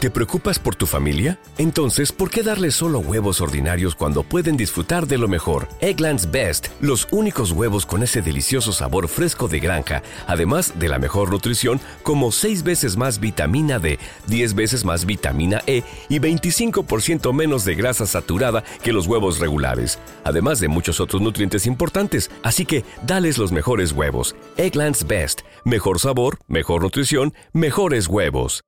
¿Te preocupas por tu familia? Entonces, ¿por qué darles solo huevos ordinarios cuando pueden disfrutar de lo mejor? Eggland's Best, los únicos huevos con ese delicioso sabor fresco de granja, además de la mejor nutrición, como 6 veces más vitamina D, 10 veces más vitamina E y 25% menos de grasa saturada que los huevos regulares, además de muchos otros nutrientes importantes. Así que, dales los mejores huevos. Eggland's Best, mejor sabor, mejor nutrición, mejores huevos.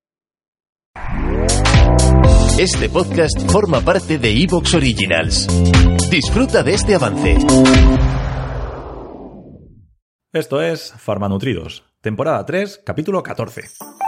Este podcast forma parte de iVoox Originals. Disfruta de este avance. Esto es Farmanutridos, temporada 3, capítulo 14.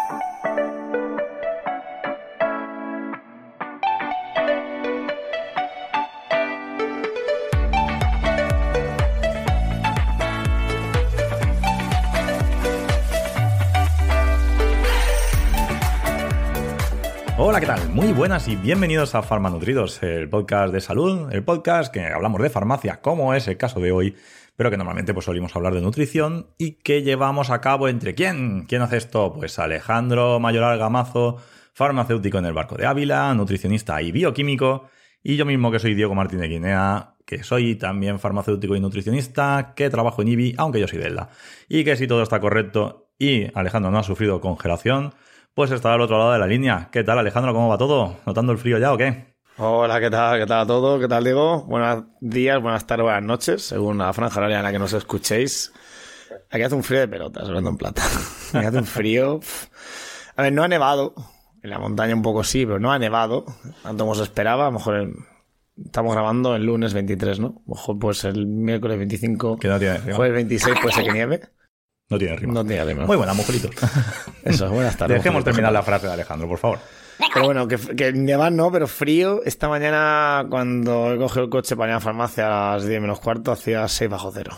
Hola, ¿qué tal? Muy buenas y bienvenidos a Farmanutridos, el podcast de salud, el podcast que hablamos de farmacia, como es el caso de hoy, pero que normalmente pues solimos hablar de nutrición y que llevamos a cabo entre ¿quién? ¿Quién hace esto? Pues Alejandro Mayoral Gamazo, farmacéutico en el Barco de Ávila, nutricionista y bioquímico, y yo mismo que soy Diego Martínez Guinea, que soy también farmacéutico y nutricionista, que trabajo en IBI, aunque yo soy de ELDA, y que si todo está correcto y Alejandro no ha sufrido congelación, pues está al otro lado de la línea. ¿Qué tal, Alejandro? ¿Cómo va todo? ¿Notando el frío ya o qué? Hola, ¿qué tal? ¿Qué tal a todo? ¿Qué tal, Diego? Buenos días, buenas tardes, buenas noches, según la franja horaria en la que nos escuchéis. Aquí hace un frío de pelotas, hablando en plata. Aquí hace un frío. A ver, no ha nevado. En la montaña un poco sí, pero no ha nevado. Tanto como se esperaba. A lo mejor estamos grabando el lunes 23, ¿no? A lo mejor pues el miércoles 25, Que no tiene rima. jueves 26 puede ser que nieve. No tiene rima. No tiene rima. Muy buena, mujeritos. Eso, buenas tardes. Dejemos mujeritos. terminar la frase de Alejandro, por favor. Pero bueno, que nevar no, pero frío. Esta mañana, cuando he cogido el coche para ir a la farmacia a las 10 menos cuarto, hacía 6 bajo cero.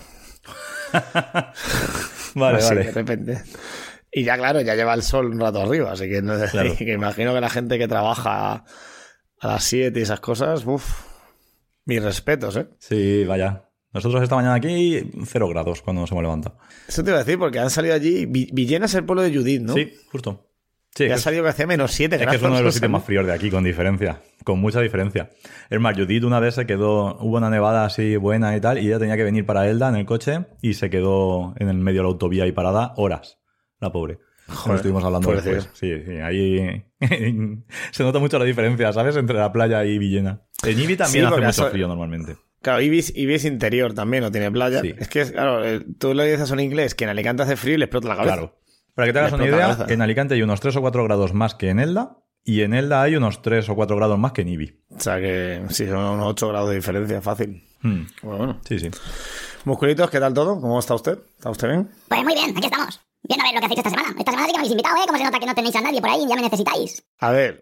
Vale, Así, vale. de repente. Y ya, claro, ya lleva el sol un rato arriba, así que, Claro. que imagino que la gente que trabaja a las 7 y esas cosas, mis respetos, ¿eh? Sí, vaya. Nosotros esta mañana aquí 0 grados cuando nos hemos levantado. Eso te iba a decir, porque han salido allí. Villena es el pueblo de Judith, ¿no? Sí, justo. Sí, Y que ha salido que hacía menos 7 es que grados. es uno de los sitios más fríos de aquí, con diferencia. Con mucha diferencia. Es más, Judith una vez se quedó, hubo una nevada así buena y tal, y ella tenía que venir para Elda en el coche y se quedó en el medio de la autovía y parada horas. La pobre. Joder, Lo estuvimos hablando pobrecito. después. Sí, sí, ahí se nota mucho la diferencia, ¿sabes? Entre la playa y Villena. En Ibi también Sí, hace porque mucho eso- frío normalmente. Claro, Ibis es interior también, no tiene playa. Sí. Es que, claro, tú le dices a un inglés que en Alicante hace frío y le explota la cabeza. Claro. Para que te hagas Le una explota la idea, cabeza. en Alicante hay unos 3 o 4 grados más que en Elda, y en Elda hay unos 3 o 4 grados más que en Ibi. O sea que sí, son unos 8 grados de diferencia, fácil. Bueno. Sí, sí. Musculitos, ¿qué tal todo? ¿Cómo está usted? ¿Está usted bien? Pues muy bien, aquí estamos. Viendo a ver lo que hacéis esta semana. Esta semana sí que me habéis invitado, ¿eh? Como se nota que no tenéis a nadie por ahí, ya me necesitáis. A ver,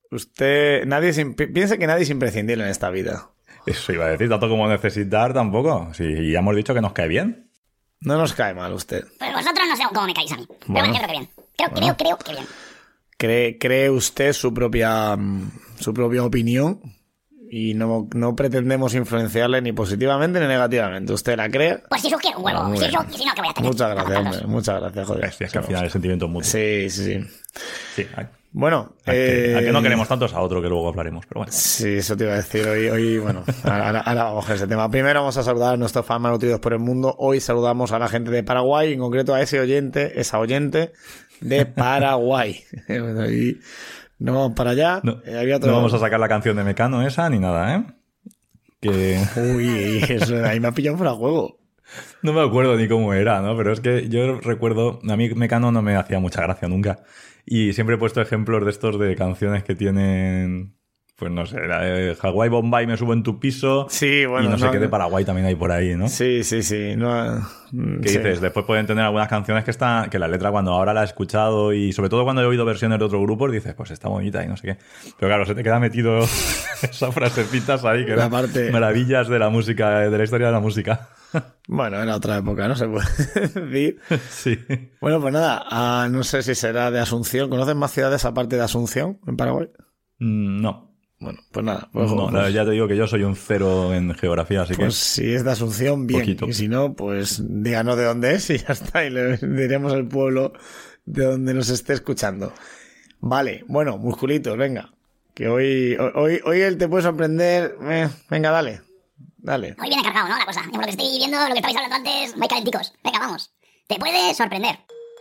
piensa que nadie es imprescindible en esta vida. Eso iba a decir, tanto como necesitar tampoco. Sí, ya hemos dicho que nos cae bien. No nos cae mal usted. Pues vosotros no sé cómo me caéis a mí. Pero Bueno. bueno, yo creo que bien. Creo que bien. Cree usted su propia opinión y no pretendemos influenciarle ni positivamente ni negativamente. ¿Usted la cree? Pues si sugiero un huevo. Muy Si bien. no, ¿qué voy a tener? Muchas gracias, hombre. Muchas gracias, joder. Es que al final el sentimiento es mutuo. Sí. Sí, Bueno, al que no queremos tanto es a otro, que luego hablaremos. Pero bueno. Sí, eso te iba a decir. Hoy bueno, ahora vamos a ese tema. Primero vamos a saludar a nuestros fans nutridos por el mundo. Hoy saludamos a la gente de Paraguay, en concreto a esa oyente de Paraguay. Y nos vamos para allá. No, Había otro... no vamos a sacar la canción de Mecano esa ni nada, ¿eh? Que Uy, eso ahí me ha pillado fuera de juego. no me acuerdo ni cómo era, ¿no? Pero es que yo recuerdo, a mí Mecano no me hacía mucha gracia nunca. Y siempre he puesto ejemplos de estos de canciones que tienen, pues no sé, la de Hawái Bombay, me subo en tu piso. Sí, bueno. Y no sé qué de Paraguay también hay por ahí, ¿no? Sí. No, ¿Qué sí. dices? Después pueden tener algunas canciones que la letra cuando ahora la he escuchado y sobre todo cuando he oído versiones de otros grupos dices, pues está bonita y no sé qué. Pero claro, se te queda metido esas frasecitas ahí que La eran parte- maravillas de la música, de la historia de la música. Bueno, era otra época, no se puede decir. Sí. Bueno, pues nada, no sé si será de Asunción. ¿Conoces más ciudades aparte de Asunción en Paraguay? No. Bueno, pues nada. Pues, No, pues- ya te digo que yo soy un 0 en geografía, así Pues si es de Asunción, bien. Poquito. Y si no, pues díganos de dónde es y ya está. Y le diremos el pueblo de donde nos esté escuchando. Vale, bueno, musculitos, venga. Que hoy él te puede sorprender. Venga, dale. Hoy viene cargado, ¿no? La cosa. Por lo que estoy viendo, lo que estabais hablando antes, vais calenticos. Venga, vamos. Te puede sorprender.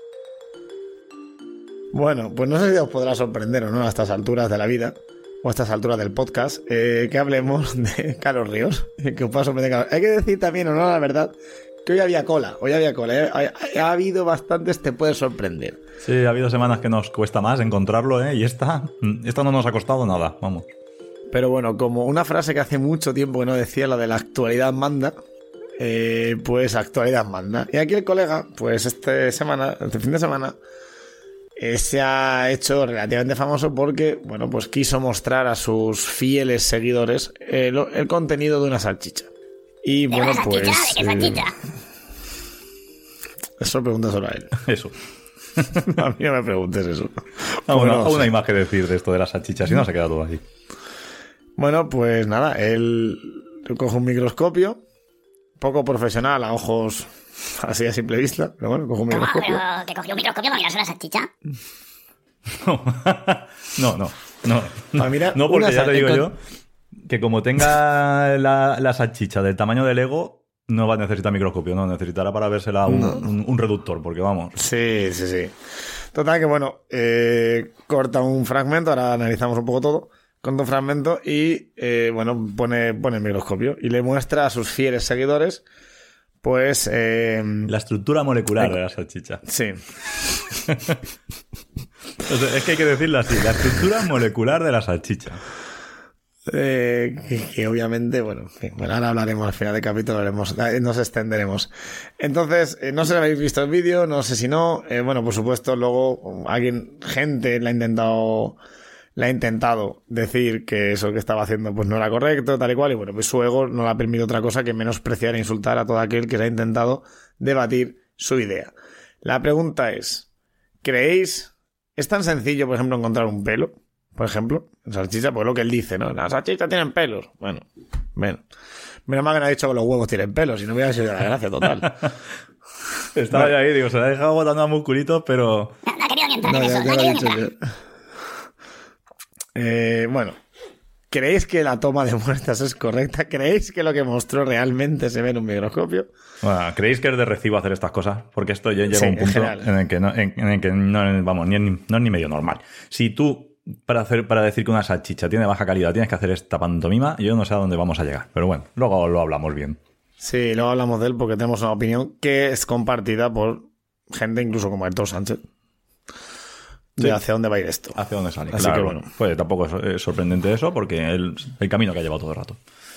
Bueno, pues no sé si os podrá sorprender o no a estas alturas de la vida, o a estas alturas del podcast, que hablemos de Carlos Ríos. Que os pueda sorprender, Carlos. Hay que decir también, o no, la verdad, que hoy había cola. Ha habido bastantes, te puede sorprender. Sí, ha habido semanas que nos cuesta más encontrarlo, ¿eh? Y esta no nos ha costado nada, vamos. Pero bueno, como una frase que hace mucho tiempo que no decía, la de la actualidad manda, pues actualidad manda. Y aquí el colega, pues este fin de semana, se ha hecho relativamente famoso porque, bueno, pues quiso mostrar a sus fieles seguidores el contenido de una salchicha. Y ¿De bueno, una pues... salchicha? ¿De qué salchicha? Eso pregúntaselo a él. Eso. A mí no me preguntes eso. Aún Bueno, hay más que decir de esto de las salchichas, y no se queda todo ahí. Bueno, pues nada, él coge un microscopio, poco profesional a ojos así a simple vista, pero bueno, coge un ¿Cómo? microscopio. ¿Pero que cogió un microscopio para mirarse la salchicha? No. Para mirar No, porque una ya te digo sal- yo que como tenga la salchicha del tamaño del Lego, no va a necesitar microscopio, no, necesitará para vérsela un reductor, porque vamos. Sí. Total que bueno, corta un fragmento, ahora analizamos un poco todo, corta un fragmento y bueno, pone el microscopio y le muestra a sus fieles seguidores, pues... La estructura molecular de la salchicha. Sí. O sea, es que hay que decirlo así, la estructura molecular de la salchicha. Que obviamente, bueno, en fin, ahora hablaremos al final del capítulo, nos extenderemos. Entonces, no sé si habéis visto el vídeo, no sé si no. Bueno, por supuesto, luego gente le ha intentado decir que eso que estaba haciendo pues no era correcto, tal y cual, y bueno, pues su ego no le ha permitido otra cosa que menospreciar e insultar a todo aquel que se ha intentado debatir su idea. La pregunta es, ¿creéis? ¿Es tan sencillo, por ejemplo, encontrar un pelo? Por ejemplo, en salchicha, pues lo que él dice, ¿no? Las salchichas tienen pelos. Bueno. Menos mal que no ha dicho que los huevos tienen pelos, si no hubiera sido la gracia total. Estaba ya ahí, digo, se la ha dejado botando a musculitos, pero... No ha querido ni entrar No, en eso, ya no ha lo he querido ni dicho entrar. yo. Bueno, ¿creéis que la toma de muestras es correcta? ¿Creéis que lo que mostró realmente se ve en un microscopio? Bueno, ¿creéis que es de recibo hacer estas cosas? Porque esto ya llega Sí, a un punto en general. en el que no, vamos, no es ni medio normal. Si tú, para decir que una salchicha tiene baja calidad, tienes que hacer esta pantomima, yo no sé a dónde vamos a llegar. Pero bueno, luego lo hablamos bien. Sí, luego hablamos de él porque tenemos una opinión que es compartida por gente incluso como Héctor Sánchez. De Sí. hacia dónde va a ir esto. ¿Hacia dónde sale? Así Claro, que bueno. Pues tampoco es sorprendente eso, porque el camino que ha llevado todo el rato.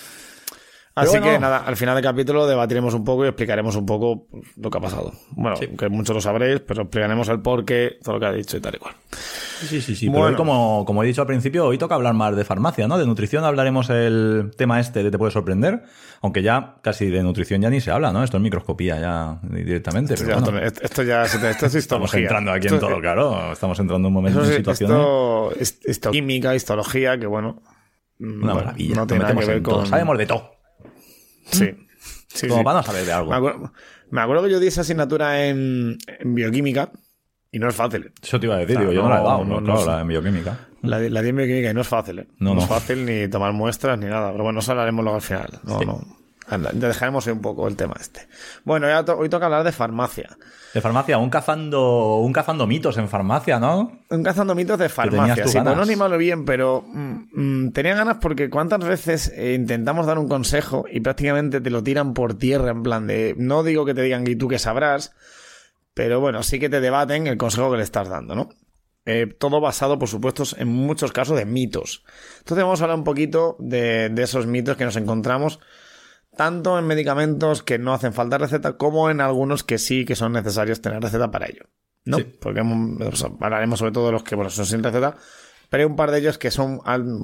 Así Pero bueno. que nada, al final del capítulo debatiremos un poco y explicaremos un poco lo que ha pasado. Bueno, Sí. que muchos lo sabréis, pero explicaremos el porqué, todo lo que ha dicho y tal y cual. Sí. Bueno. Pero hoy, como he dicho al principio, hoy toca hablar más de farmacia, ¿no? De nutrición hablaremos el tema este de te puede sorprender, aunque ya casi de nutrición ya ni se habla, ¿no? Esto es microscopía ya directamente. Pero bueno, Esto ya esto es estamos histología. entrando aquí Esto- en todo, claro. Estamos entrando en un momento Eso en sí, situaciones... esto es histoquímica, histología, que bueno. Una bueno, maravilla. No tiene Nos nada que metemos ver en todo. con. Sabemos de todo. Sí. Sí, Como sí. van a saber de algo. Me acuerdo que yo di esa asignatura en bioquímica y no es fácil. Eso te iba a decir, O sea, digo, yo no la he dado, no, claro, no. la en bioquímica. La di en bioquímica y no es fácil, ¿eh? No. Es fácil ni tomar muestras ni nada. Pero bueno, eso hablaremos luego al final. No. Anda, dejaremos ahí un poco el tema este. Bueno, hoy toca hablar de farmacia. De farmacia, un cazando mitos en farmacia, ¿no? Un cazando mitos de tenías farmacia. tú Sí, ganas. pues no animarlo bien, pero tenía ganas porque cuántas veces intentamos dar un consejo y prácticamente te lo tiran por tierra en plan de... No digo que te digan y tú que sabrás, pero bueno, sí que te debaten el consejo que le estás dando, ¿no? Todo basado, por supuesto, en muchos casos de mitos. Entonces vamos a hablar un poquito de esos mitos que nos encontramos tanto en medicamentos que no hacen falta receta como en algunos que sí que son necesarios tener receta para ello, ¿no? Sí. Porque hablaremos sobre todo de los que bueno, son sin receta, pero hay un par de ellos que son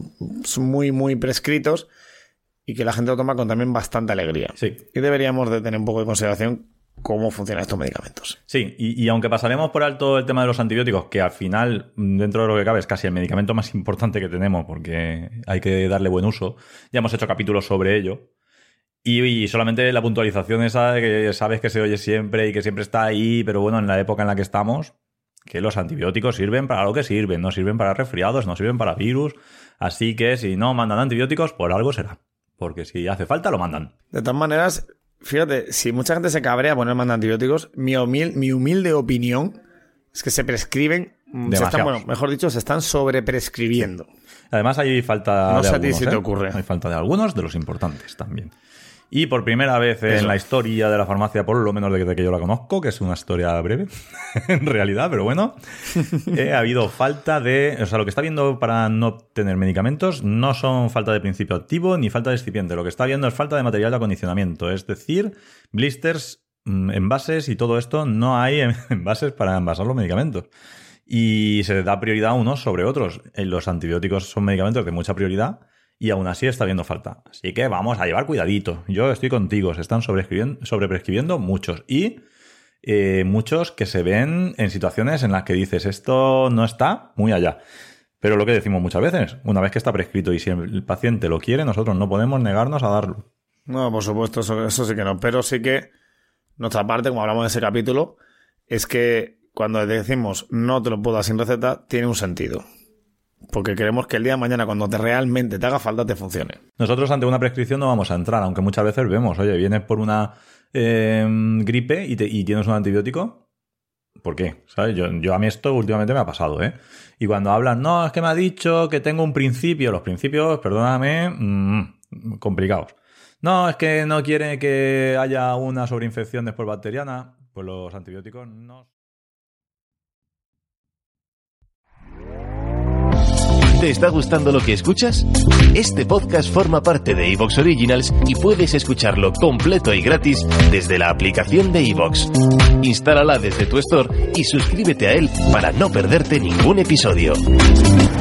muy, muy prescritos y que la gente lo toma con también bastante alegría. Sí. Y deberíamos de tener un poco de consideración cómo funcionan estos medicamentos. Sí, y aunque pasaremos por alto el tema de los antibióticos, que al final, dentro de lo que cabe, es casi el medicamento más importante que tenemos, porque hay que darle buen uso, ya hemos hecho capítulos sobre ello. Y solamente la puntualización esa de que sabes que se oye siempre y que siempre está ahí, pero bueno, en la época en la que estamos, que los antibióticos sirven para lo que sirven, no sirven para resfriados, no sirven para virus, así que si no mandan antibióticos, por algo será, porque si hace falta lo mandan. De todas maneras, fíjate, si mucha gente se cabrea a ponerme antibióticos, mi humilde opinión es que se prescriben, se están sobreprescribiendo. Además hay falta no de sé algunos, a ti si te ocurre. Hay falta de algunos, de los importantes también. Y por primera vez en la historia de la farmacia, por lo menos desde que yo la conozco, que es una historia breve, en realidad, pero bueno, ha habido falta de... O sea, lo que está viendo para no obtener medicamentos no son falta de principio activo ni falta de excipiente. Lo que está viendo es falta de material de acondicionamiento. Es decir, blisters, envases y todo esto. No hay envases para envasar los medicamentos. Y se da prioridad a unos sobre otros. Los antibióticos son medicamentos de mucha prioridad. Y aún así está viendo falta. Así que vamos a llevar cuidadito. Yo estoy contigo. Se están sobreprescribiendo muchos. Y muchos que se ven en situaciones en las que dices esto no está muy allá. Pero lo que decimos muchas veces, una vez que está prescrito y si el paciente lo quiere, nosotros no podemos negarnos a darlo. No, por supuesto, eso sí que no. Pero sí que nuestra parte, como hablamos en ese capítulo, es que cuando decimos no te lo puedo dar sin receta, tiene un sentido. Porque queremos que el día de mañana, cuando realmente te haga falta, te funcione. Nosotros ante una prescripción no vamos a entrar, aunque muchas veces vemos, oye, vienes por una gripe y tienes un antibiótico. ¿Por qué? ¿Sabes? Yo a mí esto últimamente me ha pasado, ¿eh? Y cuando hablan, no, es que me ha dicho que tengo un principio. Los principios, perdóname, complicados. No, es que no quiere que haya una sobreinfección después bacteriana. Pues los antibióticos no... ¿Te está gustando lo que escuchas? Este podcast forma parte de iVoox Originals y puedes escucharlo completo y gratis desde la aplicación de iVoox. Instálala desde tu store y suscríbete a él para no perderte ningún episodio.